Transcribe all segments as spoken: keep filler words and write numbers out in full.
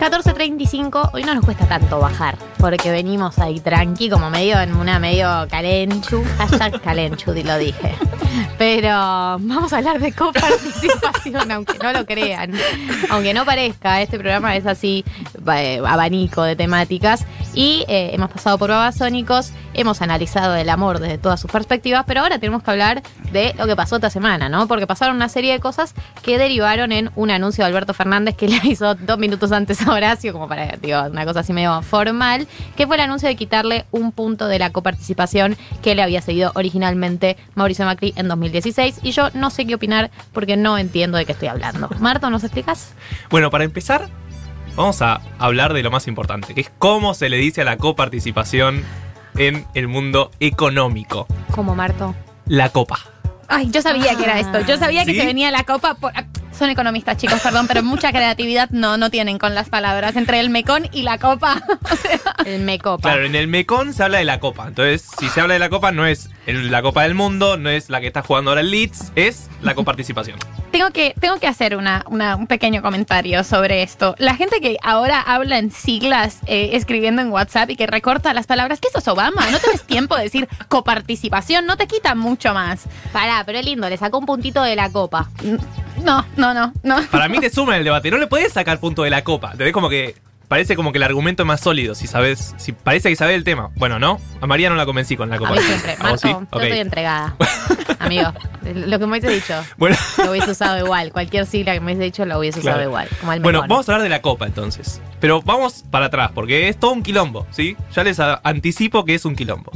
catorce treinta y cinco, hoy no nos cuesta tanto bajar, porque venimos ahí tranqui, como medio en una medio calenchu, hashtag calenchu, lo dije. Pero vamos a hablar de coparticipación, aunque no lo crean, aunque no parezca, este programa es así, eh, abanico de temáticas, y eh, hemos pasado por Babasónicos, hemos analizado el amor desde todas sus perspectivas, pero ahora tenemos que hablar de lo que pasó esta semana, ¿no? Porque pasaron una serie de cosas que derivaron en un anuncio de Alberto Fernández que le hizo dos minutos antes a Horacio, como para, digo, una cosa así medio formal, que fue el anuncio de quitarle un punto de la coparticipación que le había cedido originalmente Mauricio Macri en dos mil dieciséis, y yo no sé qué opinar porque no entiendo de qué estoy hablando. Marto, ¿nos explicas? Bueno, para empezar, vamos a hablar de lo más importante, que es cómo se le dice a la coparticipación en el mundo económico. ¿Cómo, Marto? La copa. Ay, yo sabía ah. que era esto. Yo sabía ¿Sí? que se venía la copa por... Son economistas, chicos, perdón, pero mucha creatividad no, no tienen con las palabras. Entre el mecón y la copa. O sea, el mecopa. Claro, en el mecón se habla de la copa. Entonces, si se habla de la copa, no es el, la Copa del Mundo, no es la que está jugando ahora el Leeds, es la coparticipación. Tengo que, tengo que hacer una, una, un pequeño comentario sobre esto. La gente que ahora habla en siglas eh, escribiendo en WhatsApp y que recorta las palabras, ¿qué sos, Obama? No tenés tiempo de decir coparticipación, no te quita mucho más. Pará, pero es lindo, le sacó un puntito de la copa. No, no, no, no. Para mí te suma el debate. No le podés sacar punto de la copa. Te ves como que parece como que el argumento es más sólido, si sabes, si parece que sabes el tema. Bueno, no, a María no la convencí con la copa. A mí siempre, Marco, ¿sí? yo Okay. estoy entregada. Amigo, lo que me hubiese dicho, bueno. lo hubiese usado igual. Cualquier sigla que me hubiese dicho lo hubiese usado Claro. igual. Como el Bueno, mejor. vamos a hablar de la copa entonces. Pero vamos para atrás, porque es todo un quilombo, ¿sí? Ya les a- anticipo que es un quilombo.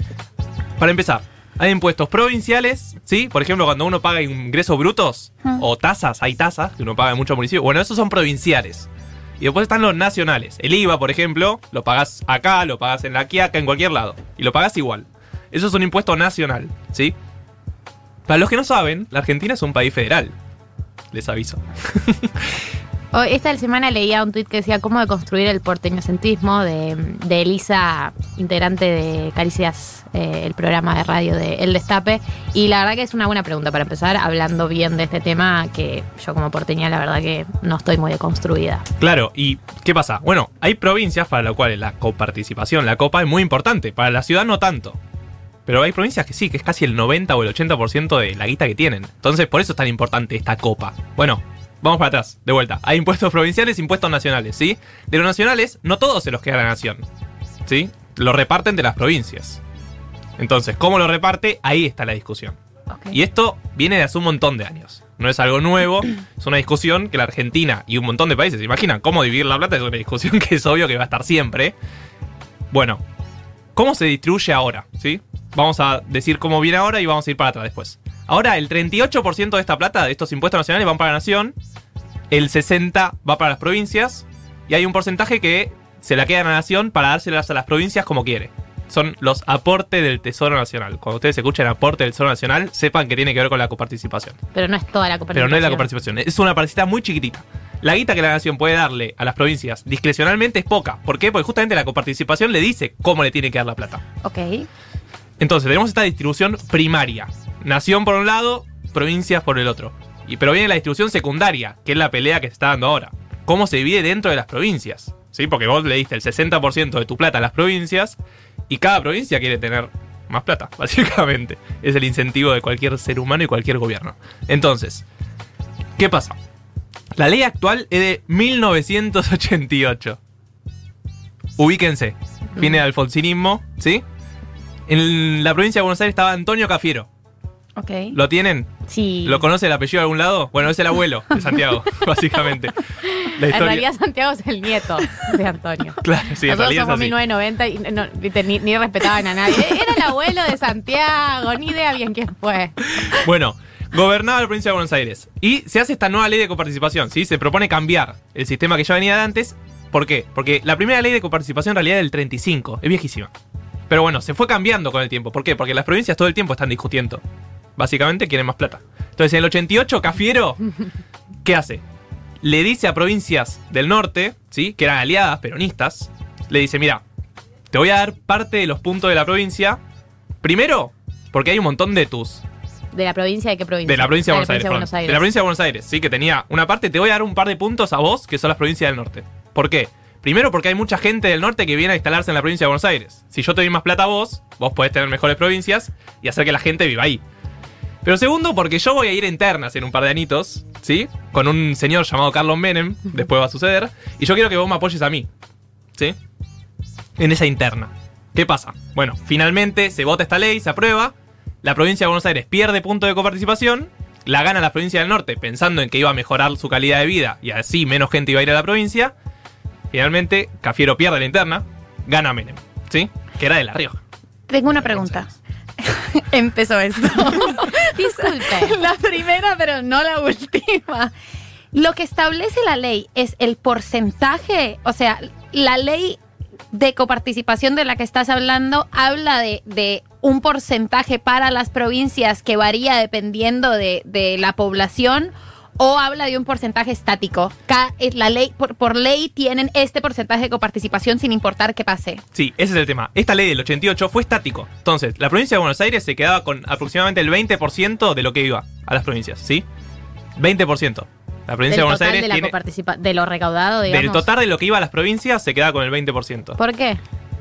Para empezar, hay impuestos provinciales, ¿sí? Por ejemplo, cuando uno paga ingresos brutos Hmm. o tasas, hay tasas que uno paga en muchos municipios. Bueno, esos son provinciales. Y después están los nacionales. El I V A, por ejemplo, lo pagás acá, lo pagás en la Quiaca, en cualquier lado. Y lo pagás igual. Eso es un impuesto nacional, ¿sí? Para los que no saben, la Argentina es un país federal. Les aviso. Hoy, esta semana leía un tuit que decía cómo deconstruir el porteñocentrismo de, de Elisa, integrante de Caricias, eh, el programa de radio de El Destape. Y la verdad que es una buena pregunta para empezar, hablando bien de este tema, que yo como porteña la verdad que no estoy muy deconstruida. Claro, ¿y qué pasa? Bueno, hay provincias para las cuales la coparticipación, la copa es muy importante. Para la ciudad no tanto. Pero hay provincias que sí, que es casi el noventa o el ochenta por ciento de la guita que tienen. Entonces, por eso es tan importante esta copa. Bueno, vamos para atrás, de vuelta. Hay impuestos provinciales, impuestos nacionales, ¿sí? De los nacionales, no todos se los queda la nación, ¿sí? Lo reparten de las provincias. Entonces, ¿cómo lo reparte? Ahí está la discusión. Okay. Y esto viene de hace un montón de años. No es algo nuevo, es una discusión que la Argentina y un montón de países, ¿se imaginan cómo dividir la plata? Es una discusión que es obvio que va a estar siempre. Bueno, ¿cómo se distribuye ahora? ¿Sí? Vamos a decir cómo viene ahora y vamos a ir para atrás después. Ahora, el treinta y ocho por ciento de esta plata, de estos impuestos nacionales, van para la nación. El sesenta por ciento va para las provincias. Y hay un porcentaje que se la queda a la nación para dárselas a las provincias como quiere. Son los aportes del Tesoro Nacional. Cuando ustedes escuchen aporte del Tesoro Nacional, sepan que tiene que ver con la coparticipación. Pero no es toda la coparticipación. Pero no es la coparticipación, es una partecita muy chiquitita. La guita que la nación puede darle a las provincias discrecionalmente es poca. ¿Por qué? Porque justamente la coparticipación le dice cómo le tiene que dar la plata. Ok. Entonces tenemos esta distribución primaria. Nación por un lado, provincias por el otro. Y, pero viene la distribución secundaria, que es la pelea que se está dando ahora. ¿Cómo se divide dentro de las provincias? ¿Sí? Porque vos le diste el sesenta por ciento de tu plata a las provincias y cada provincia quiere tener más plata, básicamente. Es el incentivo de cualquier ser humano y cualquier gobierno. Entonces, ¿qué pasa? La ley actual es de mil novecientos ochenta y ocho. Ubíquense. Viene del alfonsinismo, ¿sí? En la provincia de Buenos Aires estaba Antonio Cafiero. Ok. ¿Lo tienen? Sí. ¿Lo conoce el apellido de algún lado? Bueno, es el abuelo de Santiago, básicamente. La En historia... realidad Santiago es el nieto de Antonio. Claro, sí, en Nosotros realidad somos es así. mil novecientos noventa y no, viste, ni, ni respetaban a nadie. Era el abuelo de Santiago, ni idea bien quién fue. Bueno, gobernaba la provincia de Buenos Aires. Y se hace esta nueva ley de coparticipación, ¿sí? Se propone cambiar el sistema que ya venía de antes. ¿Por qué? Porque la primera ley de coparticipación en realidad es del treinta y cinco, es viejísima. Pero bueno, se fue cambiando con el tiempo. ¿Por qué? Porque las provincias todo el tiempo están discutiendo. Básicamente quieren más plata. Entonces en el ochenta y ocho, Cafiero, ¿qué hace? Le dice a provincias del norte, ¿sí? Que eran aliadas peronistas, le dice, mira, te voy a dar parte de los puntos de la provincia. Primero, porque hay un montón de tus... ¿De la provincia de qué provincia? De la provincia de, Ah, Buenos, Aires, de perdón. Buenos Aires. De la provincia de Buenos Aires, sí, que tenía una parte. Te voy a dar un par de puntos a vos, que son las provincias del norte. ¿Por qué? Primero porque hay mucha gente del norte que viene a instalarse en la provincia de Buenos Aires. Si yo te doy más plata a vos, vos podés tener mejores provincias y hacer que la gente viva ahí. Pero segundo, porque yo voy a ir a internas en un par de anitos, ¿sí? Con un señor llamado Carlos Menem, después va a suceder, y yo quiero que vos me apoyes a mí, ¿sí? En esa interna. ¿Qué pasa? Bueno, finalmente se vota esta ley, se aprueba, la provincia de Buenos Aires pierde punto de coparticipación, la gana la provincia del norte pensando en que iba a mejorar su calidad de vida y así menos gente iba a ir a la provincia. Finalmente, Cafiero pierde la interna, gana Menem, ¿sí? Que era de La Rioja. Tengo una pregunta. Empezó esto. Disculpe. La primera, pero no la última. Lo que establece la ley es el porcentaje, o sea, la ley de coparticipación de la que estás hablando habla de, de un porcentaje para las provincias que varía dependiendo de, de la población, o habla de un porcentaje estático. Ca- es la ley, por, por ley tienen este porcentaje de coparticipación sin importar qué pase. Sí, ese es el tema. Esta ley del ochenta y ocho fue estático. Entonces, la provincia de Buenos Aires se quedaba con aproximadamente el veinte por ciento de lo que iba a las provincias, ¿sí? veinte por ciento. La provincia Del de Buenos total Aires de, la tiene... coparticipa- de lo recaudado, digamos. Del total de lo que iba a las provincias se quedaba con el veinte por ciento. ¿Por qué?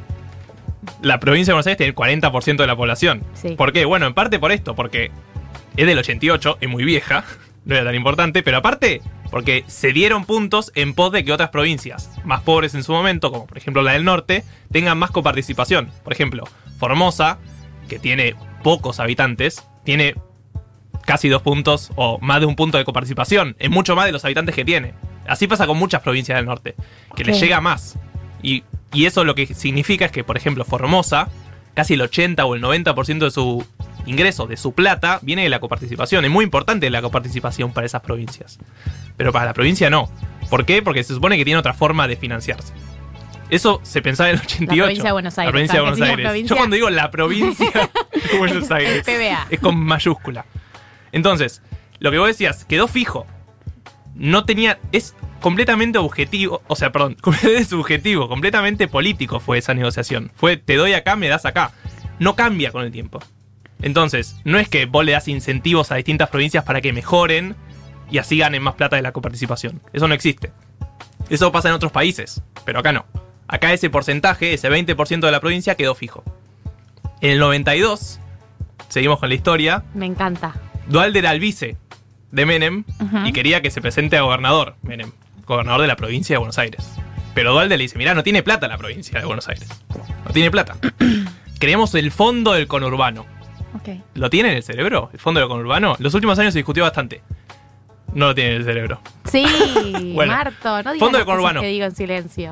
La provincia de Buenos Aires tiene el cuarenta por ciento de la población. Sí. ¿Por qué? Bueno, en parte por esto, porque es del ochenta y ocho, es muy vieja, no era tan importante, pero aparte porque se dieron puntos en pos de que otras provincias más pobres en su momento, como por ejemplo la del norte, tengan más coparticipación. Por ejemplo, Formosa, que tiene pocos habitantes, tiene casi dos puntos o más de un punto de coparticipación. Es mucho más de los habitantes que tiene. Así pasa con muchas provincias del norte, que les Ok. llega más. Y, y eso lo que significa es que, por ejemplo, Formosa, casi el ochenta o el noventa por ciento de su ingreso, de su plata, viene de la coparticipación. Es muy importante la coparticipación para esas provincias. Pero para la provincia no. ¿Por qué? Porque se supone que tiene otra forma de financiarse. Eso se pensaba en el ochenta y ocho. La provincia de Buenos Aires. La provincia de ¿sabes? Buenos Que Aires. sí, la provincia- Yo cuando digo la provincia de Buenos Aires, P B A. es con mayúscula. Entonces, lo que vos decías, quedó fijo. No tenía... Es completamente objetivo, o sea, perdón, completamente subjetivo, completamente político fue esa negociación. Fue, te doy acá, me das acá. No cambia con el tiempo. Entonces, no es que vos le das incentivos a distintas provincias para que mejoren y así ganen más plata de la coparticipación. Eso no existe. Eso pasa en otros países, pero acá no. Acá ese porcentaje, ese veinte por ciento de la provincia quedó fijo. En el noventa y dos, seguimos con la historia, Me encanta. Duhalde era el vice de Menem Ujú. y quería que se presente a gobernador, Menem, gobernador de la provincia de Buenos Aires. Pero Duhalde le dice, mirá, no tiene plata la provincia de Buenos Aires. No tiene plata. Creemos el fondo del conurbano. Ok. ¿Lo tiene en el cerebro? ¿El fondo del conurbano? Los últimos años se discutió bastante. No lo tiene en el cerebro. Sí, Bueno, Marto, no digas fondo las de cosas conurbano. que digo en silencio.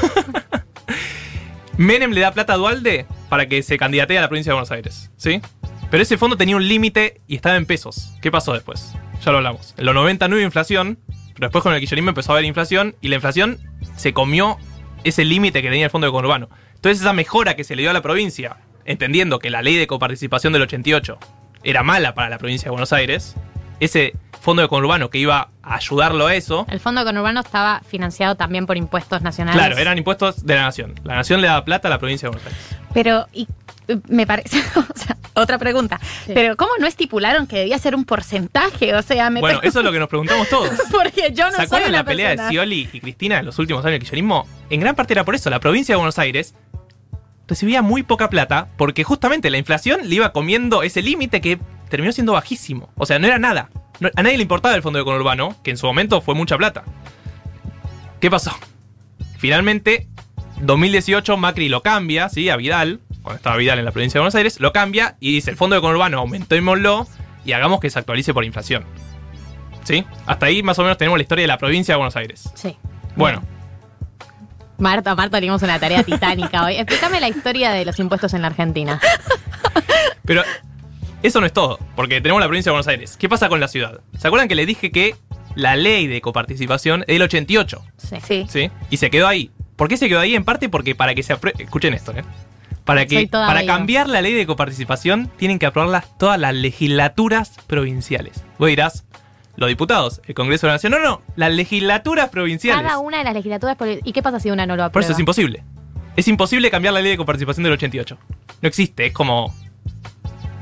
Menem le da plata a Duhalde para que se candidatee a la provincia de Buenos Aires, ¿sí? Pero ese fondo tenía un límite y estaba en pesos. ¿Qué pasó después? Ya lo hablamos. En los noventa no hubo inflación, pero después con el kirchnerismo empezó a haber inflación y la inflación se comió ese límite que tenía el fondo de conurbano. Entonces esa mejora que se le dio a la provincia, entendiendo que la ley de coparticipación del ochenta y ocho era mala para la provincia de Buenos Aires, ese fondo de conurbano que iba a ayudarlo a eso, El fondo conurbano estaba financiado también por impuestos nacionales. claro, eran impuestos de la nación. La nación le daba plata a la provincia de Buenos Aires. Pero, y, eh, me parece, o sea, otra pregunta. Sí. Pero, ¿cómo no estipularon que debía ser un porcentaje? O sea, me Bueno, pre- eso es lo que nos preguntamos todos. porque yo no ¿Se soy acuerdan una la pelea persona. de Scioli y Cristina en los últimos años del kirchnerismo? En gran parte era por eso. La provincia de Buenos Aires recibía muy poca plata porque justamente la inflación le iba comiendo ese límite que terminó siendo bajísimo. O sea, no era nada. No- a nadie le importaba el fondo de conurbano, que en su momento fue mucha plata. ¿Qué pasó? Finalmente, dos mil dieciocho Macri lo cambia, ¿sí? A Vidal, cuando estaba Vidal en la provincia de Buenos Aires, lo cambia y dice, el fondo de conurbano aumentémoslo y hagamos que se actualice por inflación. ¿Sí? Hasta ahí más o menos tenemos la historia de la provincia de Buenos Aires. Sí. Bueno, Marta, Marta, tenemos una tarea titánica hoy. Explícame la historia de los impuestos en la Argentina. pero eso no es todo, porque tenemos la provincia de Buenos Aires. ¿Qué pasa con la ciudad? ¿Se acuerdan que les dije que la ley de coparticipación es del ochenta y ocho? Sí. Sí. ¿Sí? Y se quedó ahí. ¿Por qué se quedó ahí? En parte porque para que se apruebe... Escuchen esto, ¿eh? Para que Soy toda para oído. cambiar la ley de coparticipación tienen que aprobarlas todas las legislaturas provinciales. Vos dirás, los diputados, el Congreso de la Nación. No, no, las legislaturas provinciales. Cada una de las legislaturas. por- ¿Y qué pasa si una no lo aprueba? Por eso es imposible. Es imposible cambiar la ley de coparticipación del ochenta y ocho. No existe, es como...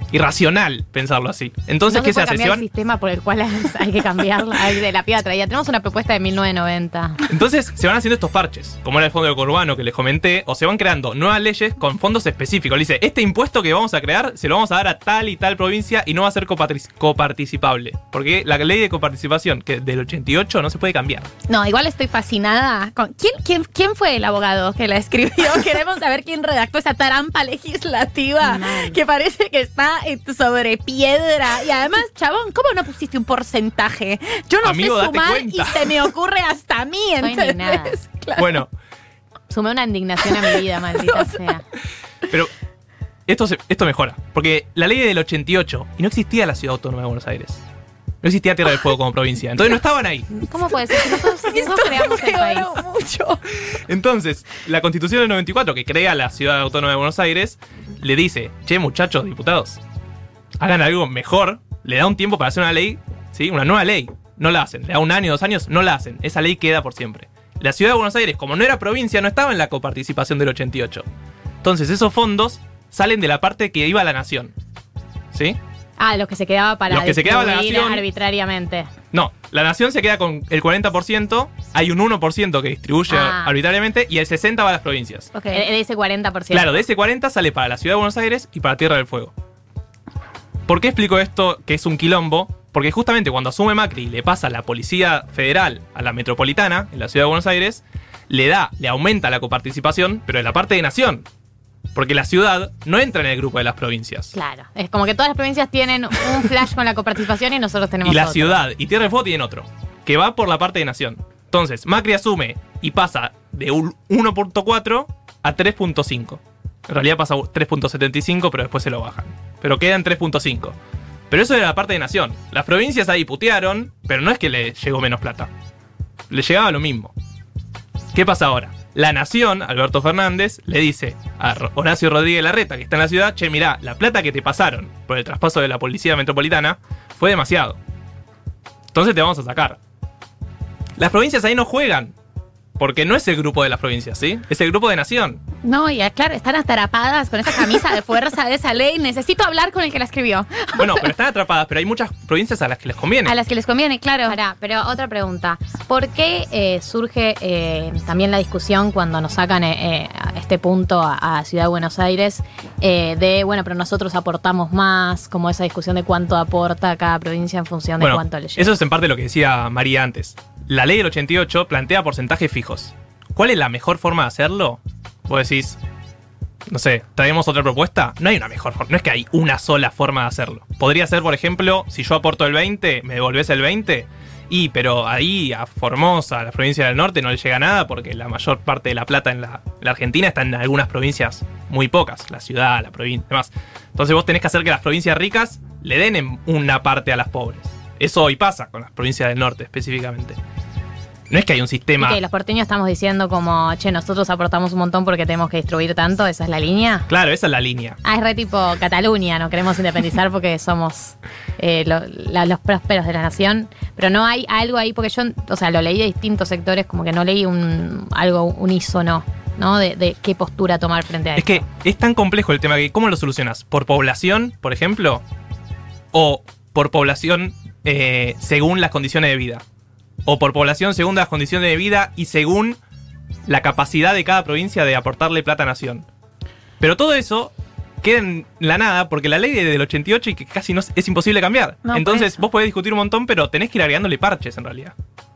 irracional pensarlo así. Entonces, no ¿qué se se puede hace? cambiar Se el van- sistema por el cual hay que cambiarla. Ay, de la piba traía. Tenemos una propuesta de mil novecientos noventa. Entonces se van haciendo estos parches, como era el fondo ecourbano que les comenté, o se van creando nuevas leyes con fondos específicos. Le dice, este impuesto que vamos a crear se lo vamos a dar a tal y tal provincia y no va a ser copatri- coparticipable. Porque la ley de coparticipación, que del ochenta y ocho, no se puede cambiar. No, igual estoy fascinada con... ¿Quién, quién, quién fue el abogado que la escribió? Queremos saber quién redactó esa trampa legislativa Mal. que parece que está eh, sobre piedra. Y además, chabón, ¿cómo no pusiste un porcentaje? Yo no Amigo, sé date sumar cuenta. y se me ocurre hasta a mí, Estoy indignada. ¿entendés? Claro. Bueno, Sumé una indignación a mi vida, maldita sea. pero esto, se- esto mejora. Porque la ley del ochenta y ocho, y no existía la Ciudad Autónoma de Buenos Aires. No existía Tierra del Fuego como provincia. Entonces no estaban ahí. ¿Cómo puede ser? Si nosotros, si nosotros creamos el país. Mejoró mucho. Entonces, la Constitución del noventa y cuatro, que crea la Ciudad Autónoma de Buenos Aires, le dice, che, muchachos, diputados, hagan algo mejor. Le da un tiempo para hacer una ley, ¿sí? Una nueva ley. No la hacen. Le da un año, dos años, no la hacen. Esa ley queda por siempre. La Ciudad de Buenos Aires, como no era provincia, no estaba en la coparticipación del ochenta y ocho. Entonces, esos fondos salen de la parte que iba a la nación. ¿Sí? Ah, los que se quedaba para Los que se quedaba la distribuir nación. arbitrariamente. No, la nación se queda con el cuarenta por ciento, hay un uno por ciento que distribuye Ah. arbitrariamente y el sesenta por ciento va a las provincias. Ok. De, de ese cuarenta por ciento. Claro, de ese cuarenta sale para la Ciudad de Buenos Aires y para Tierra del Fuego. ¿Por qué explico esto que es un quilombo? Porque justamente cuando asume Macri y le pasa la Policía Federal a la Metropolitana, en la Ciudad de Buenos Aires, le da, le aumenta la coparticipación, pero en la parte de nación. Porque la ciudad no entra en el grupo de las provincias. Claro. Es como que todas las provincias tienen un flash con la coparticipación y nosotros tenemos Y la otro. ciudad y Tierra del Fuego tienen otro, que va por la parte de nación. Entonces, Macri asume y pasa de un uno punto cuatro a tres punto cinco. En realidad pasa a tres punto setenta y cinco, pero después se lo bajan. Pero queda en tres punto cinco. Pero eso era la parte de nación. Las provincias ahí putearon, pero no es que le llegó menos plata. Le llegaba lo mismo. ¿Qué pasa ahora? La nación, Alberto Fernández, le dice a Horacio Rodríguez Larreta, que está en la ciudad, che, mirá, la plata que te pasaron por el traspaso de la Policía Metropolitana fue demasiado. Entonces te vamos a sacar. Las provincias ahí no juegan, porque no es el grupo de las provincias, ¿sí? Es el grupo de nación. No, y ah, claro, están atrapadas con esa camisa de fuerza de esa ley. Necesito hablar con el que la escribió. Bueno, pero están atrapadas, pero hay muchas provincias a las que les conviene. A las que les conviene, claro. Pará, pero otra pregunta. ¿Por qué eh, surge eh, también la discusión cuando nos sacan eh, eh, a este punto a, a Ciudad de Buenos Aires eh, de, bueno, pero nosotros aportamos más, como esa discusión de cuánto aporta cada provincia en función de Bueno, cuánto le llega? eso es en parte lo que decía María antes. La ley del ochenta y ocho plantea porcentajes fijos. ¿Cuál es la mejor forma de hacerlo? Vos decís, no sé, ¿traemos otra propuesta? No hay una mejor forma, no es que hay una sola forma de hacerlo. Podría ser, por ejemplo, si yo aporto el veinte, me devolvés el veinte, y pero ahí a Formosa, a la provincia del norte, no le llega nada porque la mayor parte de la plata en la, en la Argentina está en algunas provincias muy pocas, la ciudad, la provincia, demás. Entonces vos tenés que hacer que las provincias ricas le den en una parte a las pobres. Eso hoy pasa con las provincias del norte específicamente. No es que hay un Y sistema... que los porteños estamos diciendo como, che, nosotros aportamos un montón porque tenemos que distribuir tanto, ¿esa es la línea? Claro, esa es la línea. Ah, es re tipo Cataluña, no queremos independizar porque somos eh, lo- la- los prósperos de la nación, pero no hay algo ahí, porque yo, o sea, lo leí de distintos sectores, como que no leí un algo unísono, ¿no? De, de qué postura tomar frente a Es esto. que es tan complejo el tema que ¿cómo lo solucionas? ¿Por población, por ejemplo? ¿O por población eh, según las condiciones de vida? ¿O por población según las condiciones de vida y según la capacidad de cada provincia de aportarle plata a nación? Pero todo eso queda en la nada porque la ley es del ochenta y ocho y que casi no es, es imposible cambiar. No, por Entonces eso. vos podés discutir un montón, pero tenés que ir agregándole parches en realidad.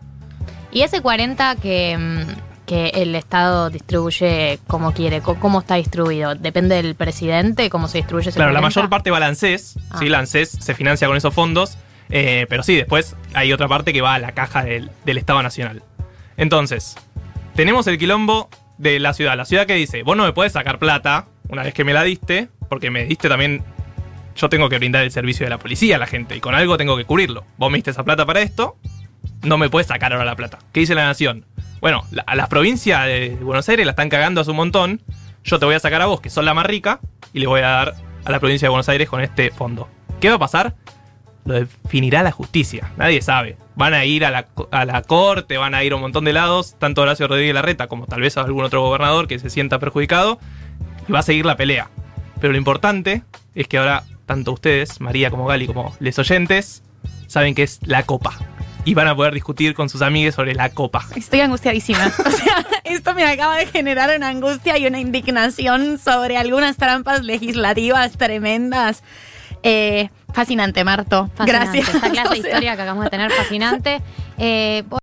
Y ese cuarenta que, mm, que el Estado distribuye como quiere, co- ¿cómo está distribuido? ¿Depende del presidente cómo se distribuye ese Claro, la cuarenta? mayor parte va a la ANSES, Ah. ¿sí? La ANSES se financia con esos fondos, eh, pero sí, después hay otra parte que va a la caja del, del Estado Nacional. Entonces, tenemos el quilombo de la ciudad. La ciudad que dice, vos no me podés sacar plata una vez que me la diste, porque me diste también, yo tengo que brindar el servicio de la policía a la gente, y con algo tengo que cubrirlo. Vos me diste esa plata para esto, no me podés sacar ahora la plata. ¿Qué dice la nación? Bueno, la- a las provincias de Buenos Aires la están cagando hace un montón, yo te voy a sacar a vos, que sos la más rica, y le voy a dar a la provincia de Buenos Aires con este fondo. ¿Qué va a pasar? Lo definirá la justicia, nadie sabe. Van a ir a la, co- a la corte, van a ir a un montón de lados, tanto Horacio Rodríguez Larreta como tal vez algún otro gobernador que se sienta perjudicado, y va a seguir la pelea. Pero lo importante es que ahora tanto ustedes, María como Gali, como les oyentes, saben que es la copa. Y van a poder discutir con sus amigues sobre la copa. Estoy angustiadísima. O sea, esto me acaba de generar una angustia y una indignación sobre algunas trampas legislativas tremendas. Eh, fascinante, Marto. Fascinante. Gracias. Esta clase O de sea, historia que acabamos de tener, fascinante. Eh,